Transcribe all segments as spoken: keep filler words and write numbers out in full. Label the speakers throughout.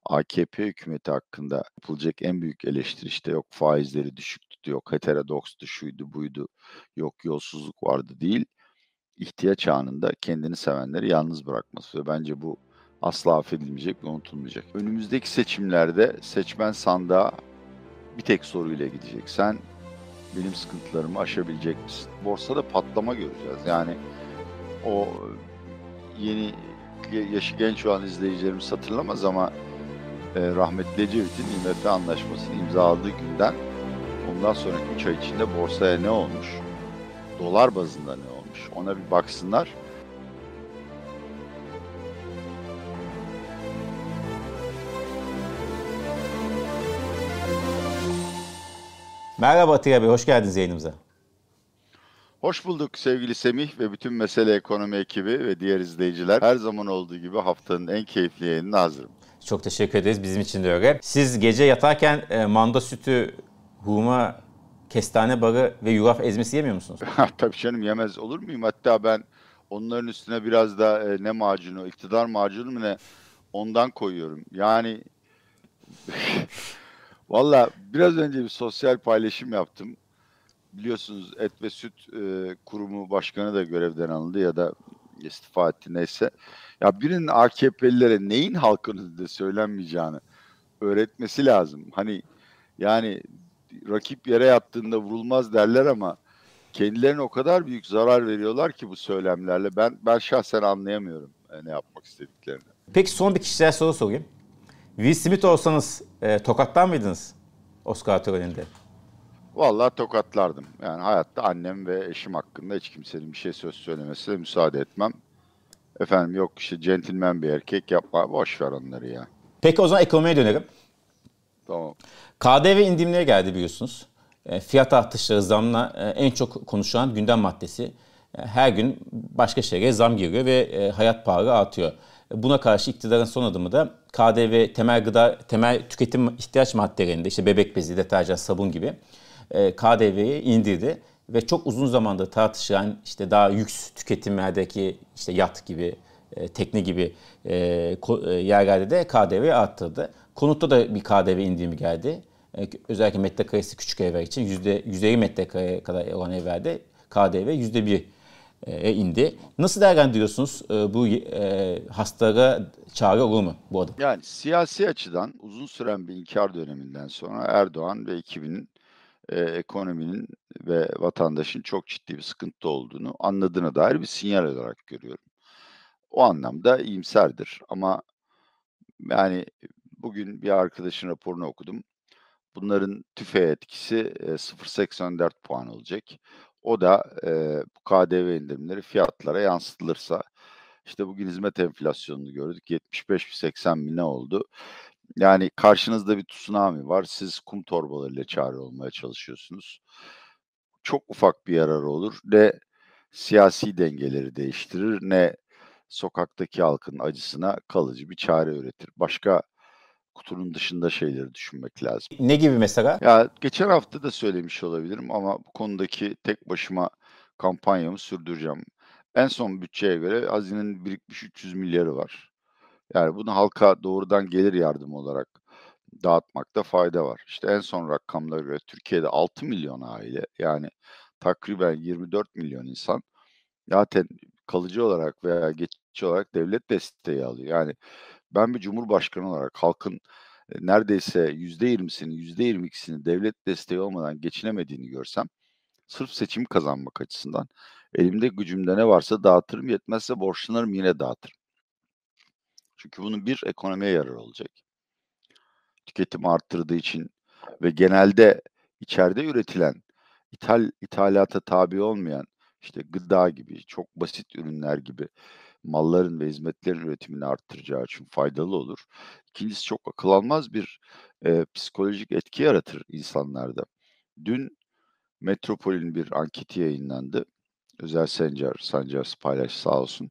Speaker 1: A K P hükümeti hakkında yapılacak en büyük eleştiri, işte, yok faizleri düşük tuttu, yok heterodokstu, şuydu buydu, yok yolsuzluk vardı değil, ihtiyaç anında kendini sevenleri yalnız bırakması ve bence bu asla affedilmeyecek ve unutulmayacak. Önümüzdeki seçimlerde seçmen sandığa bir tek soruyla gidecek: "Sen benim sıkıntılarımı aşabilecek misin?" Borsada patlama göreceğiz. Yani o yeni, ge yaşı genç olan izleyicilerimiz hatırlamaz ama, eee, rahmetli Ecevit'in I M F anlaşmasını imzaladığı günden ondan sonraki üç ay içinde borsaya ne olmuş, dolar bazında ne olmuş, ona bir baksınlar.
Speaker 2: Merhaba Atilla Bey, hoş geldiniz yayınımıza.
Speaker 1: Hoş bulduk sevgili Semih ve bütün Mesele Ekonomi ekibi ve diğer izleyiciler. Her zaman olduğu gibi haftanın en keyifli yayınına hazırım.
Speaker 2: Çok teşekkür ederiz, bizim için de öyle. Siz gece yatarken e, manda sütü, hurma, kestane bağı ve yulaf ezmesi yemiyor musunuz?
Speaker 1: Tabii canım, yemez olur muyum? Hatta ben onların üstüne biraz da, eee, ne macunu, iktidar macunu mu ne, ondan koyuyorum. Yani valla biraz önce bir sosyal paylaşım yaptım. Biliyorsunuz Et ve Süt, eee, Kurumu başkanı da görevden alındı ya da istifa etti, neyse. Ya birinin A K P'lilere neyin halkın önünde söylenmeyeceğini öğretmesi lazım. Hani, yani rakip yere yattığında vurulmaz derler ama kendilerine o kadar büyük zarar veriyorlar ki bu söylemlerle. Ben ben şahsen anlayamıyorum, eee, ne yapmak istediklerini.
Speaker 2: Peki son bir kişisel soru sorayım. Will Smith olsanız e, tokatlar mıydınız Oscar töreninde?
Speaker 1: Vallahi tokatlardım. Yani hayatta annem ve eşim hakkında hiç kimsenin bir şey söz söylemesine müsaade etmem. Efendim yok işte centilmen bir erkek, yapma, boş ver onları ya.
Speaker 2: Peki o zaman ekonomiye dönelim.
Speaker 1: Tamam.
Speaker 2: K D V indirimleri geldi biliyorsunuz. E, fiyat artışları, zamla e, en çok konuşulan gündem maddesi. E, her gün başka şeye zam giriyor ve e, hayat pahalı artıyor. E, buna karşı iktidarın son adımı da K D V temel gıda, temel tüketim ihtiyaç maddelerinde, işte bebek bezi, deterjan, sabun gibi e, K D V'yi indirdi. Ve çok uzun zamandır tartışılan işte daha lüks tüketimlerdeki işte yat gibi, e, tekne gibi e, ko- e, yerlerde de K D V'yi arttırdı. Konutta da bir K D V indirimi geldi. E, özellikle metrekaresi küçük evler için yüzde yüz elli metrekareye kadar olan evlerde K D V yüzde bir'e indi. Nasıl değerlendiriyorsunuz e, bu e, hastalara çare olur mu bu adım?
Speaker 1: Yani siyasi açıdan uzun süren bir inkar döneminden sonra Erdoğan ve ekibinin eee, ekonominin ve vatandaşın çok ciddi bir sıkıntıda olduğunu anladığına dair bir sinyal olarak görüyorum. O anlamda iyimserdir ama yani bugün bir arkadaşın raporunu okudum. Bunların tüfeğe etkisi, eee, sıfır virgül seksen dört puan olacak. O da, eee, bu K D V indirimleri fiyatlara yansıtılırsa, işte, bugün hizmet enflasyonunu gördük. yetmiş beş seksen mi ne oldu? Yani karşınızda bir tsunami var. Siz kum torbalarıyla çare olmaya çalışıyorsunuz. Çok ufak bir yararı olur. Ne siyasi dengeleri değiştirir ne sokaktaki halkın acısına kalıcı bir çare üretir. Başka kutunun dışında şeyleri düşünmek lazım.
Speaker 2: Ne gibi mesela?
Speaker 1: Ya, geçen hafta da söylemiş olabilirim ama bu konudaki tek başıma kampanyamı sürdüreceğim. En son bütçeye göre hazinenin birikmiş üç yüz milyarı var. Yani bunu halka doğrudan gelir yardımı olarak dağıtmakta fayda var. İşte en son rakamlara göre Türkiye'de altı milyon aile, yani takriben yirmi dört milyon insan zaten kalıcı olarak veya geçici olarak devlet desteği alıyor. Yani ben bir cumhurbaşkanı olarak halkın, eee, neredeyse yüzde yirmisini, yüzde yirmi ikisini devlet desteği olmadan geçinemediğini görsem, sırf seçim kazanmak açısından elimde gücümde ne varsa dağıtırım, yetmezse borçlanırım, yine dağıtırım. Çünkü bunun bir ekonomiye yararı olacak. Tüketimi arttırdığı için ve genelde içeride üretilen, ithal ithalata tabi olmayan, işte, gıda gibi, çok basit ürünler gibi malların ve hizmetlerin üretimini arttıracağı için faydalı olur. İkincisi çok akıl almaz bir, eee, psikolojik etki yaratır insanlarda. Dün Metropol'ün bir anketi yayınlandı. Özel Sencer Sancar paylaş sağ olsun.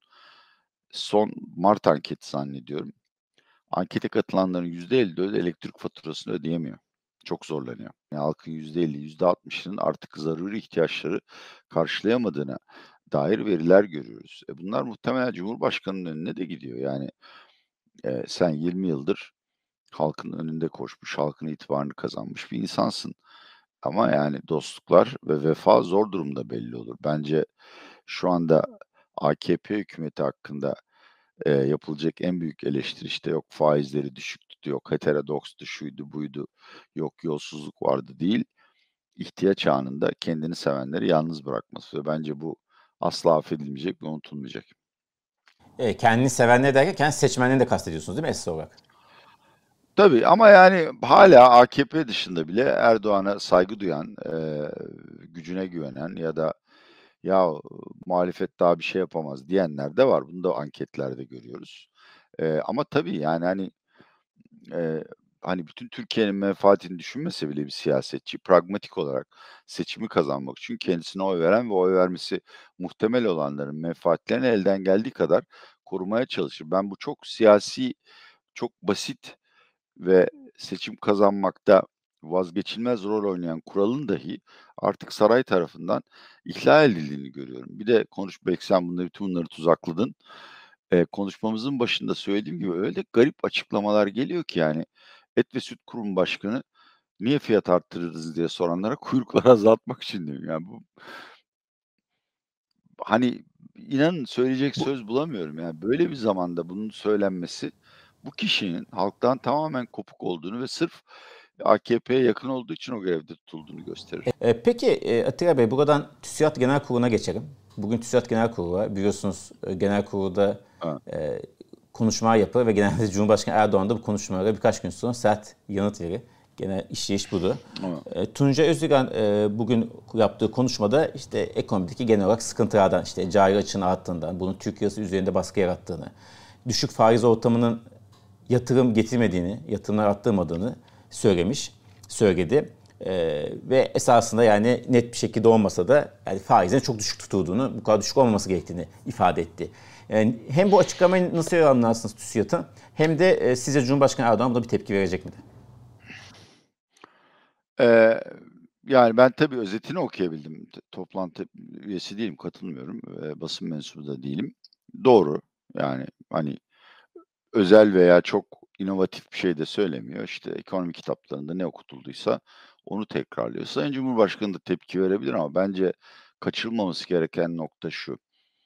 Speaker 1: Son mart anketi zannediyorum. Ankete katılanların yüzde elli dördü elektrik faturasını ödeyemiyor. Çok zorlanıyor. Yani halkın yüzde elli, yüzde altmışının artık zaruri ihtiyaçları karşılayamadığına dair veriler görüyoruz. E, bunlar muhtemelen Cumhurbaşkanı'nın önüne de gidiyor. Yani, eee, sen yirmi yıldır halkın önünde koşmuş, halkın itibarını kazanmış bir insansın. Ama yani dostluklar ve vefa zor durumda belli olur. Bence şu anda A K P hükümeti hakkında, eee, yapılacak en büyük eleştiri, işte, yok faizleri düşük tutuyor, yok heterodokstu, şuydu buydu, yok yolsuzluk vardı değil, ihtiyaç anında kendini sevenleri yalnız bırakması ve bence bu asla affedilmeyecek ve unutulmayacak.
Speaker 2: E, kendini sevenleri derken kendi seçmenlerini de kastediyorsunuz değil mi esas olarak?
Speaker 1: Tabii ama yani hâlâ A K P dışında bile Erdoğan'a saygı duyan, eee, gücüne güvenen ya da "Ya, muhalefet daha bir şey yapamaz." diyenler de var. Bunu da anketlerde görüyoruz. Eee, ama tabii, yani, hani, eee, hani, bütün Türkiye'nin menfaatini düşünmese bile bir siyasetçi pragmatik olarak seçimi kazanmak için kendisine oy veren ve oy vermesi muhtemel olanların menfaatlerini elden geldiği kadar korumaya çalışır. Ben bu çok siyasi, çok basit ve seçim kazanmakta vazgeçilmez rol oynayan kuralın dahi artık saray tarafından ihlal edildiğini görüyorum. Bir de konuş belki sen bunları bütün bunları tuzakladın. Eee, konuşmamızın başında söylediğim gibi öyle garip açıklamalar geliyor ki yani Et ve Süt Kurumu Başkanı "Niye fiyat arttırırız?" diye soranlara kuyrukları azaltmak için diyor. Yani bu hani inanın söyleyecek
Speaker 2: Bu
Speaker 1: söz bulamıyorum yani. Böyle bir zamanda bunun söylenmesi bu kişinin halktan tamamen kopuk olduğunu ve sırf A K P'ye yakın olduğu için o görevde tutulduğunu gösterir.
Speaker 2: E, peki e, Atilla Bey buradan TÜSİAD Genel Kurulu'na geçelim. Bugün TÜSİAD Genel Kurulu var. Biliyorsunuz e, Genel Kurulu'da
Speaker 1: Ha,
Speaker 2: e, konuşmalar yapılır ve genelde Cumhurbaşkanı Erdoğan da bu konuşmalara birkaç gün sonra sert yanıt verir. Genel işleyiş budur.
Speaker 1: ama
Speaker 2: E, Tuncay Özilgan e, bugün yaptığı konuşmada işte ekonomideki genel olarak sıkıntılardan, işte cari açığın arttığından, bunun Türk lirası üzerinde baskı yarattığını, düşük faiz ortamının yatırım getirmediğini, yatırımlar arttırmadığını söylemiş, söyledi. Ee, ve esasında yani net bir şekilde olmasa da yani faizin çok düşük tutulduğunu, bu kadar düşük olmaması gerektiğini ifade etti. Yani hem bu açıklamayı nasıl anlarsınız TÜSİAD'ın hem de e, sizce Cumhurbaşkanı Erdoğan buna bir tepki verecek mi?
Speaker 1: Eee, yani ben tabii özetini okuyabildim. T toplantı üyesi değilim, katılmıyorum. Eee, basın mensubu da değilim. Doğru. Yani, hani, özel veya çok inovatif bir şey de söylemiyor. İşte, ekonomi kitaplarında ne okutulduysa onu tekrarlıyor. Sayın Cumhurbaşkanı da tepki verebilir ama bence kaçırılmaması gereken nokta şu: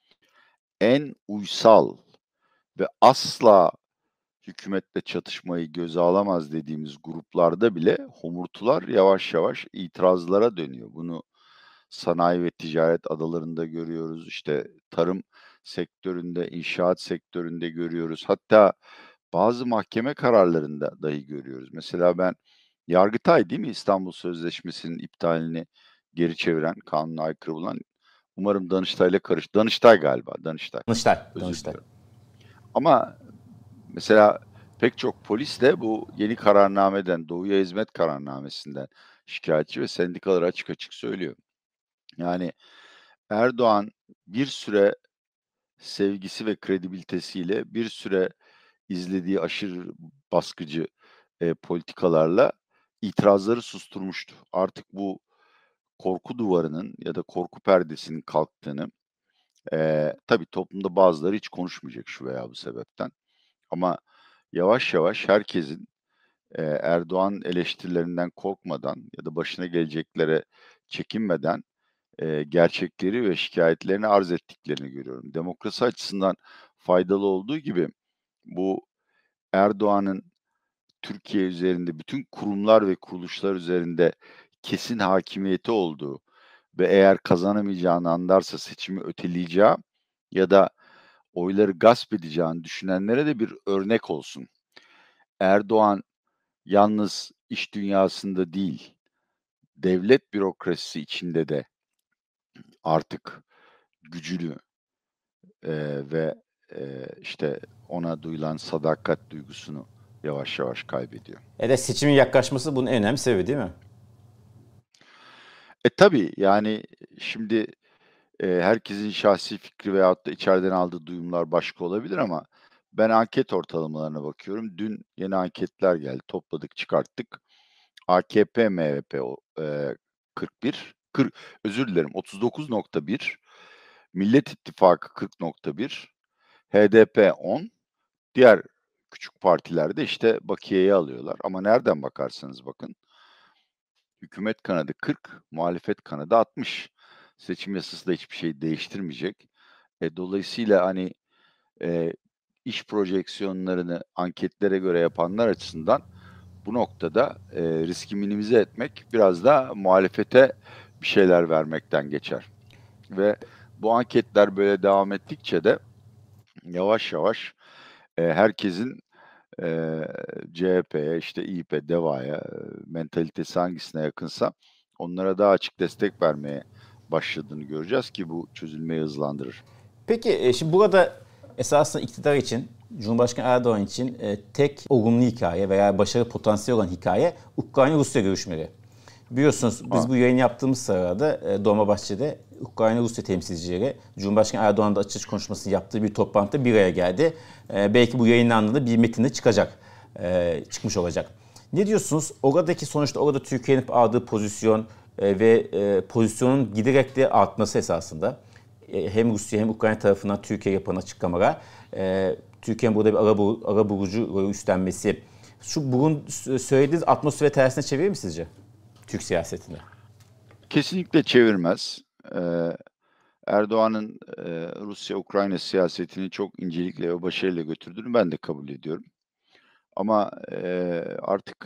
Speaker 1: En uysal ve asla hükümetle çatışmayı göze alamaz dediğimiz gruplarda bile homurtular yavaş yavaş itirazlara dönüyor. Bunu sanayi ve ticaret adalarında görüyoruz, işte, tarım sektöründe, inşaat sektöründe görüyoruz. Hatta bazı mahkeme kararlarında dahi görüyoruz. Mesela ben Yargıtay değil mi İstanbul Sözleşmesi'nin iptalini geri çeviren, kanuna aykırı bulan, umarım Danıştay'la karış Danıştay galiba, Danıştay.
Speaker 2: Danıştay,
Speaker 1: Özür
Speaker 2: Danıştay.
Speaker 1: diliyorum. Ama mesela pek çok polis de bu yeni kararnameden, Doğuya Hizmet Kararnamesi'nden şikâyetçi ve sendikalara açık açık söylüyor. Yani Erdoğan bir süre sevgisi ve kredibilitesiyle, bir süre izlediği aşırı baskıcı, eee, politikalarla itirazları susturmuştu. Artık bu korku duvarının ya da korku perdesinin kalktığını, eee, tabii toplumda bazıları hiç konuşmayacak şu veya bu sebepten ama yavaş yavaş herkesin Eee, Erdoğan eleştirilerinden korkmadan ya da başına geleceklere çekinmeden, eee, gerçekleri ve şikâyetlerini arz ettiklerini görüyorum. Demokrasi açısından faydalı olduğu gibi bu Erdoğan'ın Türkiye üzerinde, bütün kurumlar ve kuruluşlar üzerinde kesin hakimiyeti olduğu ve eğer kazanamayacağını anlarsa seçimi öteleyeceği ya da oyları gasp edeceğini düşünenlere de bir örnek olsun. Erdoğan yalnız iş dünyasında değil, devlet bürokrasisi içinde de artık gücünü, eee, ve, eee, işte, ona duyulan sadakat duygusunu yavaş yavaş kaybediyor.
Speaker 2: E de seçimin yaklaşması bunun en önemli sebebi değil mi?
Speaker 1: E, tabii, yani, şimdi, eee, herkesin şahsi fikri veyahut da içeriden aldığı duyumlar başka olabilir ama ben anket ortalamalarına bakıyorum. Dün yeni anketler geldi. Topladık, çıkarttık. A K P, M H P o eee, kırk bir, kır özür dilerim otuz dokuz nokta bir, Millet İttifakı kırk nokta bir, H D P on, diğer küçük partiler de işte bakiyeyi alıyorlar ama nereden bakarsanız bakın hükümet kanadı kırk, muhalefet kanadı altmış. Seçim yasası da hiçbir şey değiştirmeyecek. E, dolayısıyla, hani, eee, iş projeksiyonlarını anketlere göre yapanlar açısından bu noktada, eee, riski minimize etmek biraz da muhalefete bir şeyler vermekten geçer ve bu anketler böyle devam ettikçe de yavaş yavaş, eee, herkesin, eee, C H P'ye, işte, İYİP'e, DEVA'ya, eee, mentalitesi hangisine yakınsa onlara daha açık destek vermeye başladığını göreceğiz ki bu çözülmeyi hızlandırır.
Speaker 2: Peki e, şimdi burada esasında iktidar için, Cumhurbaşkanı Erdoğan için e, tek olumlu hikaye veya başarı potansiyeli olan hikaye Ukrayna-Rusya görüşmeleri. Biliyorsunuz biz
Speaker 1: A
Speaker 2: bu yayını yaptığımız sırada e, Dolmabahçe'de Ukrayna-Rusya temsilcileri Cumhurbaşkanı Erdoğan'ın da açılış konuşmasını yaptığı bir toplantıda bir araya geldi. E, belki bu yayınlandığında bir metinde çıkacak, e, çıkmış olacak. Ne diyorsunuz? Oradaki sonuçta orada Türkiye'nin aldığı pozisyon e, ve e, pozisyonun giderek de artması esasında hem Rusya hem Ukrayna tarafından Türkiye yapan açıklamalar, e, Türkiye'nin burada bir ara, ara bulucu rolü üstlenmesi, şu bugün söylediğiniz atmosferi tersine çevirir mi sizce Türk siyasetinde?
Speaker 1: Kesinlikle çevirmez. Eee, Erdoğan'ın, eee, Rusya-Ukrayna siyasetini çok incelikle ve başarıyla götürdüğünü ben de kabul ediyorum. Ama, eee, artık,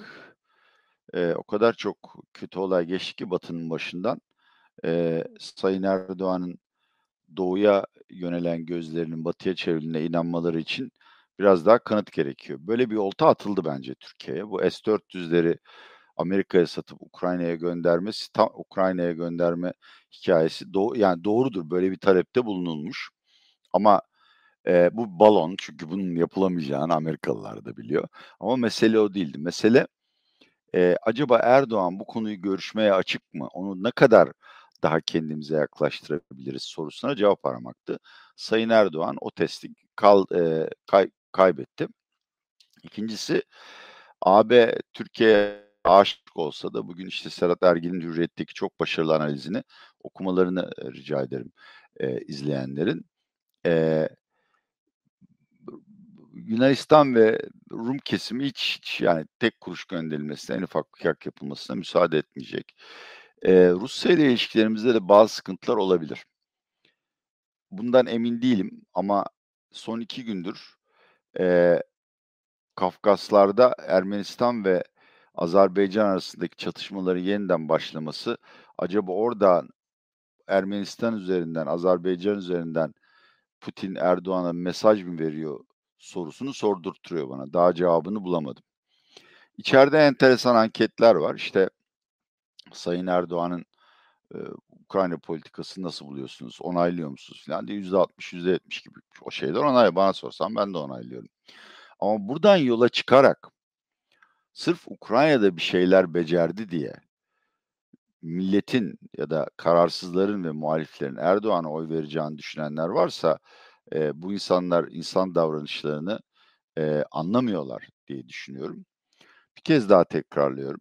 Speaker 1: eee, o kadar çok kötü olay geçti ki Batı'nın başından, eee, Sayın Erdoğan'ın Doğu'ya yönelen gözlerinin Batı'ya çevrildiğine inanmaları için biraz daha kanıt gerekiyor. Böyle bir olta atıldı bence Türkiye'ye. Bu S dört yüzleri Amerika'ya satıp Ukrayna'ya göndermesi, tam Ukrayna'ya gönderme hikâyesi doğ yani doğrudur, böyle bir talepte bulunulmuş ama, eee, bu balon çünkü bunun yapılamayacağını Amerikalılar da biliyor ama mesele o değildi. Mesele, eee, acaba Erdoğan bu konuyu görüşmeye açık mı? Onu ne kadar daha kendimize yaklaştırabiliriz sorusuna cevap aramaktı. Sayın Erdoğan o testi kal eee, kay kaybetti. İkincisi, A B Türkiye'ye aşık olsa da bugün, işte, Serhat Ergen'in Hürriyet'teki çok başarılı analizini okumalarını, eee, rica ederim, eee, izleyenlerin. Eee, Yunanistan ve Rum kesimi hiç hiç, yani, tek kuruş gönderilmesine, en ufak kıyak yapılmasına müsaade etmeyecek. Eee, Rusya ile ilişkilerimizde de bazı sıkıntılar olabilir. Bundan emin değilim ama son iki gündür, eee, Kafkaslar'da Ermenistan ve Azerbaycan arasındaki çatışmaların yeniden başlaması, acaba oradan Ermenistan üzerinden, Azerbaycan üzerinden Putin Erdoğan'a mesaj mı veriyor sorusunu sordurtturuyor bana. Daha cevabını bulamadım. İçeride enteresan anketler var. İşte Sayın Erdoğan'ın, eee, Ukrayna politikasını nasıl buluyorsunuz, onaylıyor musunuz filan diye yüzde altmış, yüzde yetmiş gibi o şeyler onay. Bana sorsan ben de onaylıyorum. Ama buradan yola çıkarak sırf Ukrayna'da bir şeyler becerdi diye milletin ya da kararsızların ve muhaliflerin Erdoğan'a oy vereceğini düşünenler varsa, eee, bu insanlar insan davranışlarını, eee, anlamıyorlar diye düşünüyorum. Bir kez daha tekrarlıyorum.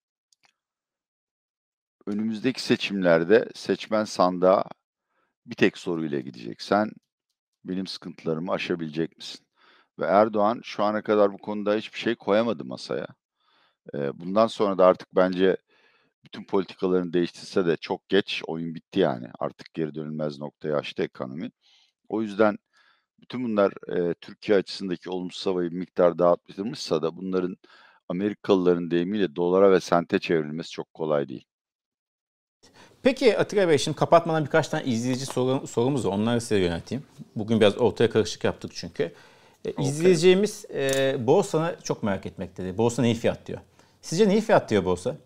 Speaker 1: Önümüzdeki seçimlerde seçmen sandığa bir tek soruyla gidecek: "Sen benim sıkıntılarımı aşabilecek misin?" Ve Erdoğan şu ana kadar bu konuda hiçbir şey koyamadı masaya. Eee, bundan sonra da artık bence bütün politikalarını değiştirse de çok geç, oyun bitti yani. Artık geri dönülmez noktaya aştı ekonomi. O yüzden bütün bunlar, eee, Türkiye açısındaki olumsuz havayı bir miktar dağıtmışsa da bunların Amerikalıların deyimiyle dolara ve sente çevrilmesi çok kolay değil.
Speaker 2: Peki Atilla Bey, şimdi kapatmadan birkaç tane izleyici soru, sorumuz var. Onları size yönelteyim. Bugün biraz ortaya karışık yaptık çünkü. E,
Speaker 1: Okay.
Speaker 2: izleyeceğimiz e, borsanı çok merak etmektedir. Borsa neyi fiyatlıyor? Sizce neyi fiyatlıyor borsa?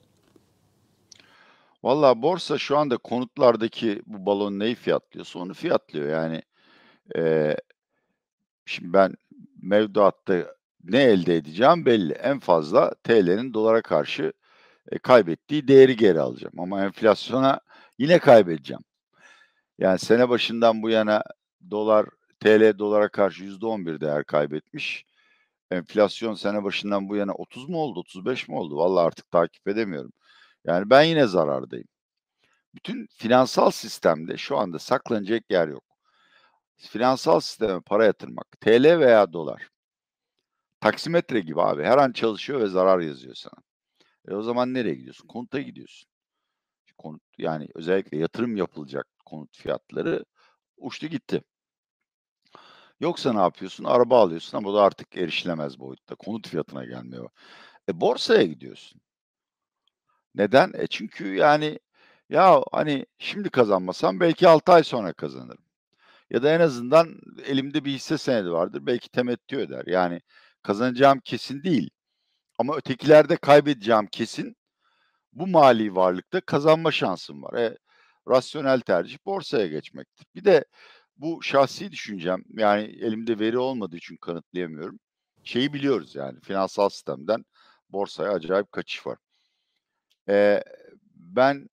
Speaker 1: Valla borsa şu anda konutlardaki bu balon neyi fiyatlıyorsa onu fiyatlıyor. Yani, eee, şimdi ben mevduatta ne elde edeceğim belli. En fazla T L'nin dolara karşı, eee, kaybettiği değeri geri alacağım ama enflasyona yine kaybedeceğim. Yani sene başından bu yana dolar T L dolara karşı yüzde on bir değer kaybetmiş. Enflasyon sene başından bu yana otuz mu oldu, otuz beş mi oldu? Vallahi artık takip edemiyorum. Yani ben yine zarardayım. Bütün finansal sistemde şu anda saklanacak yer yok. Finansal sisteme para yatırmak, T L veya dolar, Taksimetre gibi abi. Her an çalışıyor ve zarar yazıyor sana. E o zaman nereye gidiyorsun? Konuta gidiyorsun. Konut, yani özellikle yatırım yapılacak konut fiyatları uçtu gitti. Yoksa ne yapıyorsun? Araba alıyorsun ama o da artık erişilemez boyutta. Konut fiyatına gelmiyor. E borsaya gidiyorsun. Neden? E çünkü yani ya hani şimdi kazanmasam belki altı ay sonra kazanırım. Ya da en azından elimde bir hisse senedi vardır. Belki temettü öder. Yani kazanacağım kesin değil. Ama ötekilerde kaybedeceğim kesin. Bu mali varlıkta kazanma şansım var. E, rasyonel tercih borsaya geçmektir. Bir de bu şahsi düşüncem, yani elimde veri olmadığı için kanıtlayamıyorum. Şeyi biliyoruz yani finansal sistemden borsaya acayip kaçış var. E, ben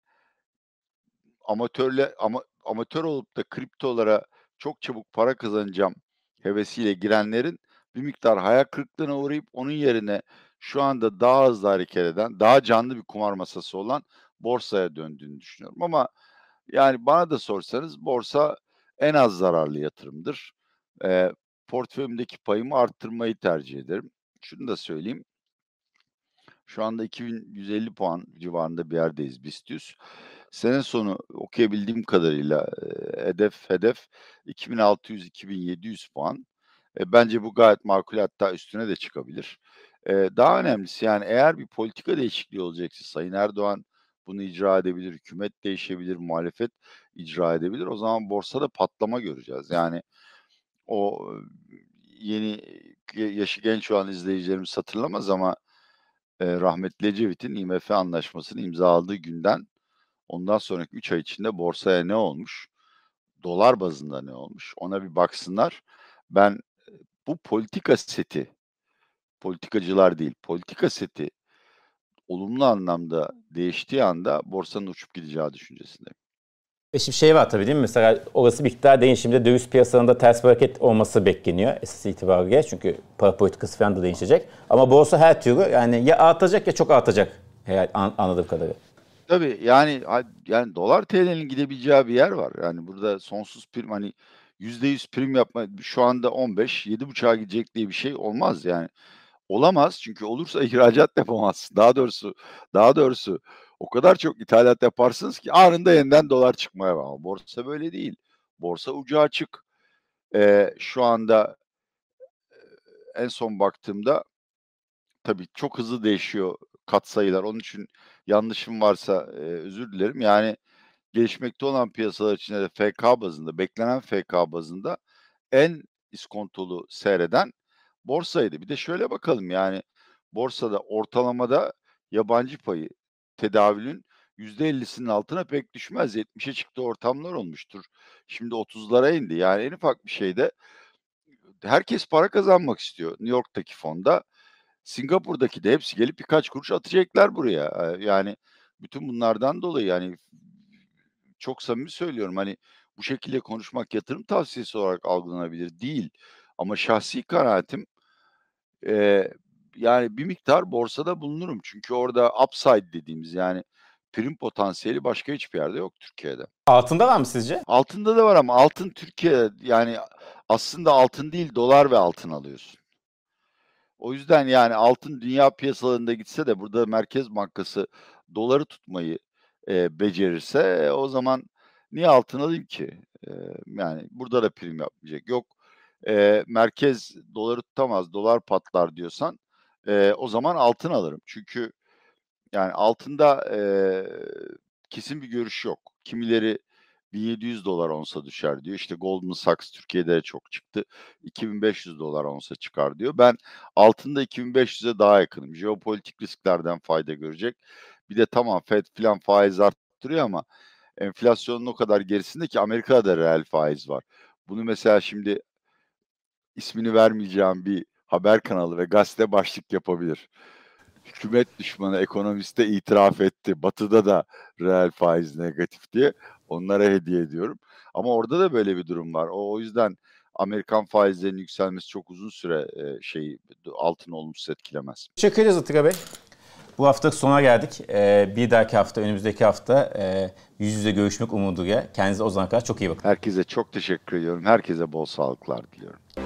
Speaker 1: amatörle ama amatör olup da kriptolara çok çabuk para kazanacağım hevesiyle girenlerin bir miktar hayal kırıklığına uğrayıp onun yerine şu anda daha hızlı hareket eden, daha canlı bir kumar masası olan borsaya döndüğünü düşünüyorum. Ama yani bana da sorsanız borsa en az zararlı yatırımdır. Eee, portföyümdeki payımı arttırmayı tercih ederim. Şunu da söyleyeyim. Şu anda iki bin yüz elli puan civarında bir yerdeyiz BIST yüz. Sene sonu okuyabildiğim kadarıyla eee, hedef hedef iki bin altı yüz iki bin yedi yüz puan. E, bence bu gayet makul, hatta üstüne de çıkabilir. Eee, daha önemlisi yani eğer bir politika değişikliği olacaksa Sayın Erdoğan bunu icra edebilir, hükümet değişebilir, muhalefet icra edebilir. O zaman borsada patlama göreceğiz. Yani o yeni yaşı genç olan izleyicilerimiz hatırlamaz ama Eee, rahmetli Ecevit'in I M F anlaşmasını imzaladığı günden ondan sonraki üç ay içinde borsaya ne olmuş, dolar bazında ne olmuş, ona bir baksınlar. Ben bu politika seti, politikacılar değil, politika seti olumlu anlamda değiştiği anda borsanın uçup gideceği düşüncesindeyim.
Speaker 2: E şimdi şey var tabii değil mi? Mesela olası bir miktar değişimde döviz piyasalarında ters bir hareket olması bekleniyor esas itibariyle. Çünkü para politikası falan da değişecek. Ama borsa her türlü yani ya artacak ya çok artacak. Herhalde an- anladığım kadarıyla.
Speaker 1: Tabii yani ha yani dolar T L'nin gidebileceği bir yer var. Yani burada sonsuz prim, hani yüzde yüz prim yapma şu anda on beş, yedi buçuğa gidecek diye bir şey olmaz yani. Olamaz çünkü olursa ihracat yapamazsın. Daha doğrusu daha doğrusu o kadar çok ithalat yaparsınız ki anında yeniden dolar çıkmaya var. Ama borsa böyle değil. Borsa ucu açık. Eee, şu anda en son baktığımda tabii çok hızlı değişiyor katsayılar. Onun için yanlışım varsa, eee, özür dilerim. Yani gelişmekte olan piyasalar içinde de F K bazında, beklenen F K bazında en iskontolu seyreden borsaydı. Bir de şöyle bakalım, yani borsada ortalamada yabancı payı tedavülün yüzde ellisinin altına pek düşmez. yetmişe çıktığı ortamlar olmuştur. Şimdi otuzlara indi. Yani en ufak bir şeyde herkes para kazanmak istiyor. New York'taki fonda, Singapur'daki de hepsi gelip birkaç kuruş atacaklar buraya. Eee, yani bütün bunlardan dolayı yani çok samimi söylüyorum, hani, bu şekilde konuşmak yatırım tavsiyesi olarak algılanabilir, değil. Ama şahsi kanaatim, eee, yani, bir miktar borsada bulunurum. Çünkü orada upside dediğimiz, yani, prim potansiyeli başka hiçbir yerde yok Türkiye'de.
Speaker 2: Altında var mı sizce?
Speaker 1: Altında da var ama altın Türkiye, yani, aslında altın değil, dolar ve altın alıyorsun. O yüzden, yani, altın dünya piyasalarında gitse de burada Merkez Bankası doları tutmayı, eee, becerirse o zaman niye altın alayım ki? Eee, yani, burada da prim yapmayacak. Yok, eee, merkez doları tutamaz, dolar patlar diyorsan, eee, o zaman altın alırım. Çünkü, yani, altında, eee, kesin bir görüş yok. Kimileri bin yedi yüz dolar onsa düşer diyor. İşte Goldman Sachs Türkiye'de çok çıktı. iki bin beş yüz dolar onsa çıkar diyor. Ben altında iki bin beş yüze daha yakınım. Jeopolitik risklerden fayda görecek. Bir de tamam Fed filan faiz arttırıyor ama enflasyonun o kadar gerisinde ki Amerika'da da reel faiz var. Bunu mesela şimdi ismini vermeyeceğim bir haber kanalı ve gazete başlık yapabilir. Hükümet düşmanı ekonomist de itiraf etti. Batı'da da reel faiz negatif diye. Onlara hediye ediyorum. Ama orada da böyle bir durum var. O, o yüzden Amerikan faizlerinin yükselmesi çok uzun süre e, şey altını olumsuz etkilemez.
Speaker 2: Teşekkür ederiz Atilla Bey. Bu hafta sona geldik. Ee, bir dahaki hafta, önümüzdeki hafta e, yüz yüze görüşmek umuduyla. Kendinize o zaman kadar çok iyi bakın.
Speaker 1: Herkese çok teşekkür ediyorum. Herkese bol sağlıklar diliyorum.